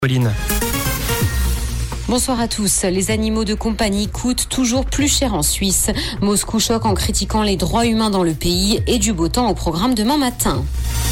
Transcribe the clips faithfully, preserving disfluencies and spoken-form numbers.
Pauline. Bonsoir à tous. Les animaux de compagnie coûtent toujours plus cher en Suisse. Moscou choque en critiquant les droits humains dans le pays et du beau temps au programme demain matin.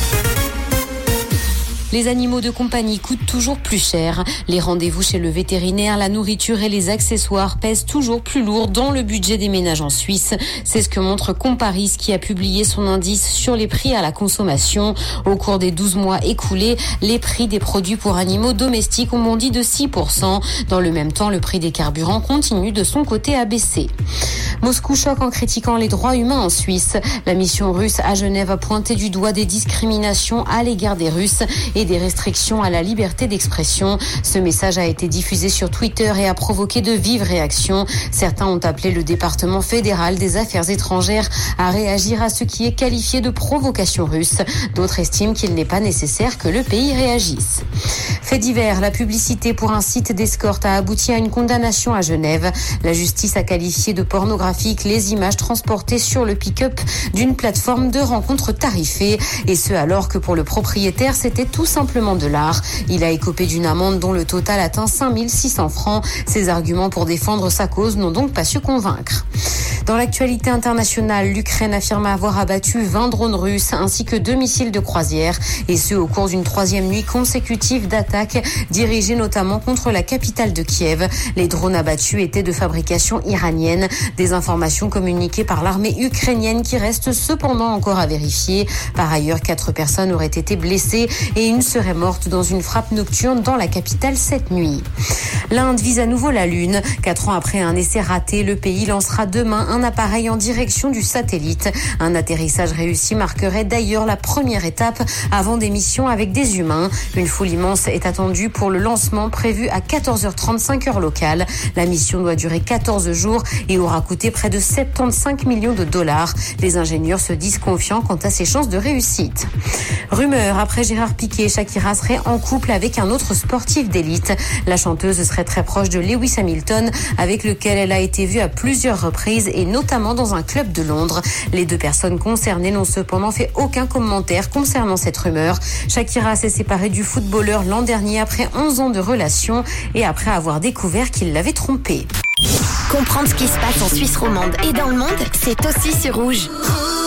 Les animaux de compagnie coûtent toujours plus cher. Les rendez-vous chez le vétérinaire, la nourriture et les accessoires pèsent toujours plus lourd dans le budget des ménages en Suisse. C'est ce que montre Comparis qui a publié son indice sur les prix à la consommation. Au cours des douze mois écoulés, les prix des produits pour animaux domestiques ont bondi de six pour cent. Dans le même temps, le prix des carburants continue de son côté à baisser. Moscou choque en critiquant les droits humains en Suisse. La mission russe à Genève a pointé du doigt des discriminations à l'égard des Russes et des restrictions à la liberté d'expression. Ce message a été diffusé sur Twitter et a provoqué de vives réactions. Certains ont appelé le département fédéral des affaires étrangères à réagir à ce qui est qualifié de provocation russe. D'autres estiment qu'il n'est pas nécessaire que le pays réagisse. Fait divers, la publicité pour un site d'escorte a abouti à une condamnation à Genève. La justice a qualifié de pornographique les images transportées sur le pick-up d'une plateforme de rencontres tarifées. Et ce alors que pour le propriétaire, c'était tout simplement de l'art. Il a écopé d'une amende dont le total atteint cinq mille six cents francs. Ses arguments pour défendre sa cause n'ont donc pas su convaincre. Dans l'actualité internationale, l'Ukraine affirme avoir abattu vingt drones russes ainsi que deux missiles de croisière, et ce au cours d'une troisième nuit consécutive d'attaques dirigées notamment contre la capitale de Kiev. Les drones abattus étaient de fabrication iranienne. Des informations communiquées par l'armée ukrainienne qui restent cependant encore à vérifier. Par ailleurs, quatre personnes auraient été blessées et une serait morte dans une frappe nocturne dans la capitale cette nuit. L'Inde vise à nouveau la Lune. Quatre ans après un essai raté, le pays lancera demain un appareil en direction du satellite. Un atterrissage réussi marquerait d'ailleurs la première étape avant des missions avec des humains. Une foule immense est attendue pour le lancement prévu à quatorze heures trente-cinq heure locale. La mission doit durer quatorze jours et aura coûté près de soixante-quinze millions de dollars. Les ingénieurs se disent confiants quant à ses chances de réussite. Rumeur, après Gérard Piquet, Shakira serait en couple avec un autre sportif d'élite. La chanteuse serait très proche de Lewis Hamilton, avec lequel elle a été vue à plusieurs reprises et notamment dans un club de Londres. Les deux personnes concernées n'ont cependant fait aucun commentaire concernant cette rumeur. Shakira s'est séparée du footballeur l'an dernier après onze ans de relation et après avoir découvert qu'il l'avait trompée. Comprendre ce qui se passe en Suisse romande et dans le monde, c'est aussi sur Rouge.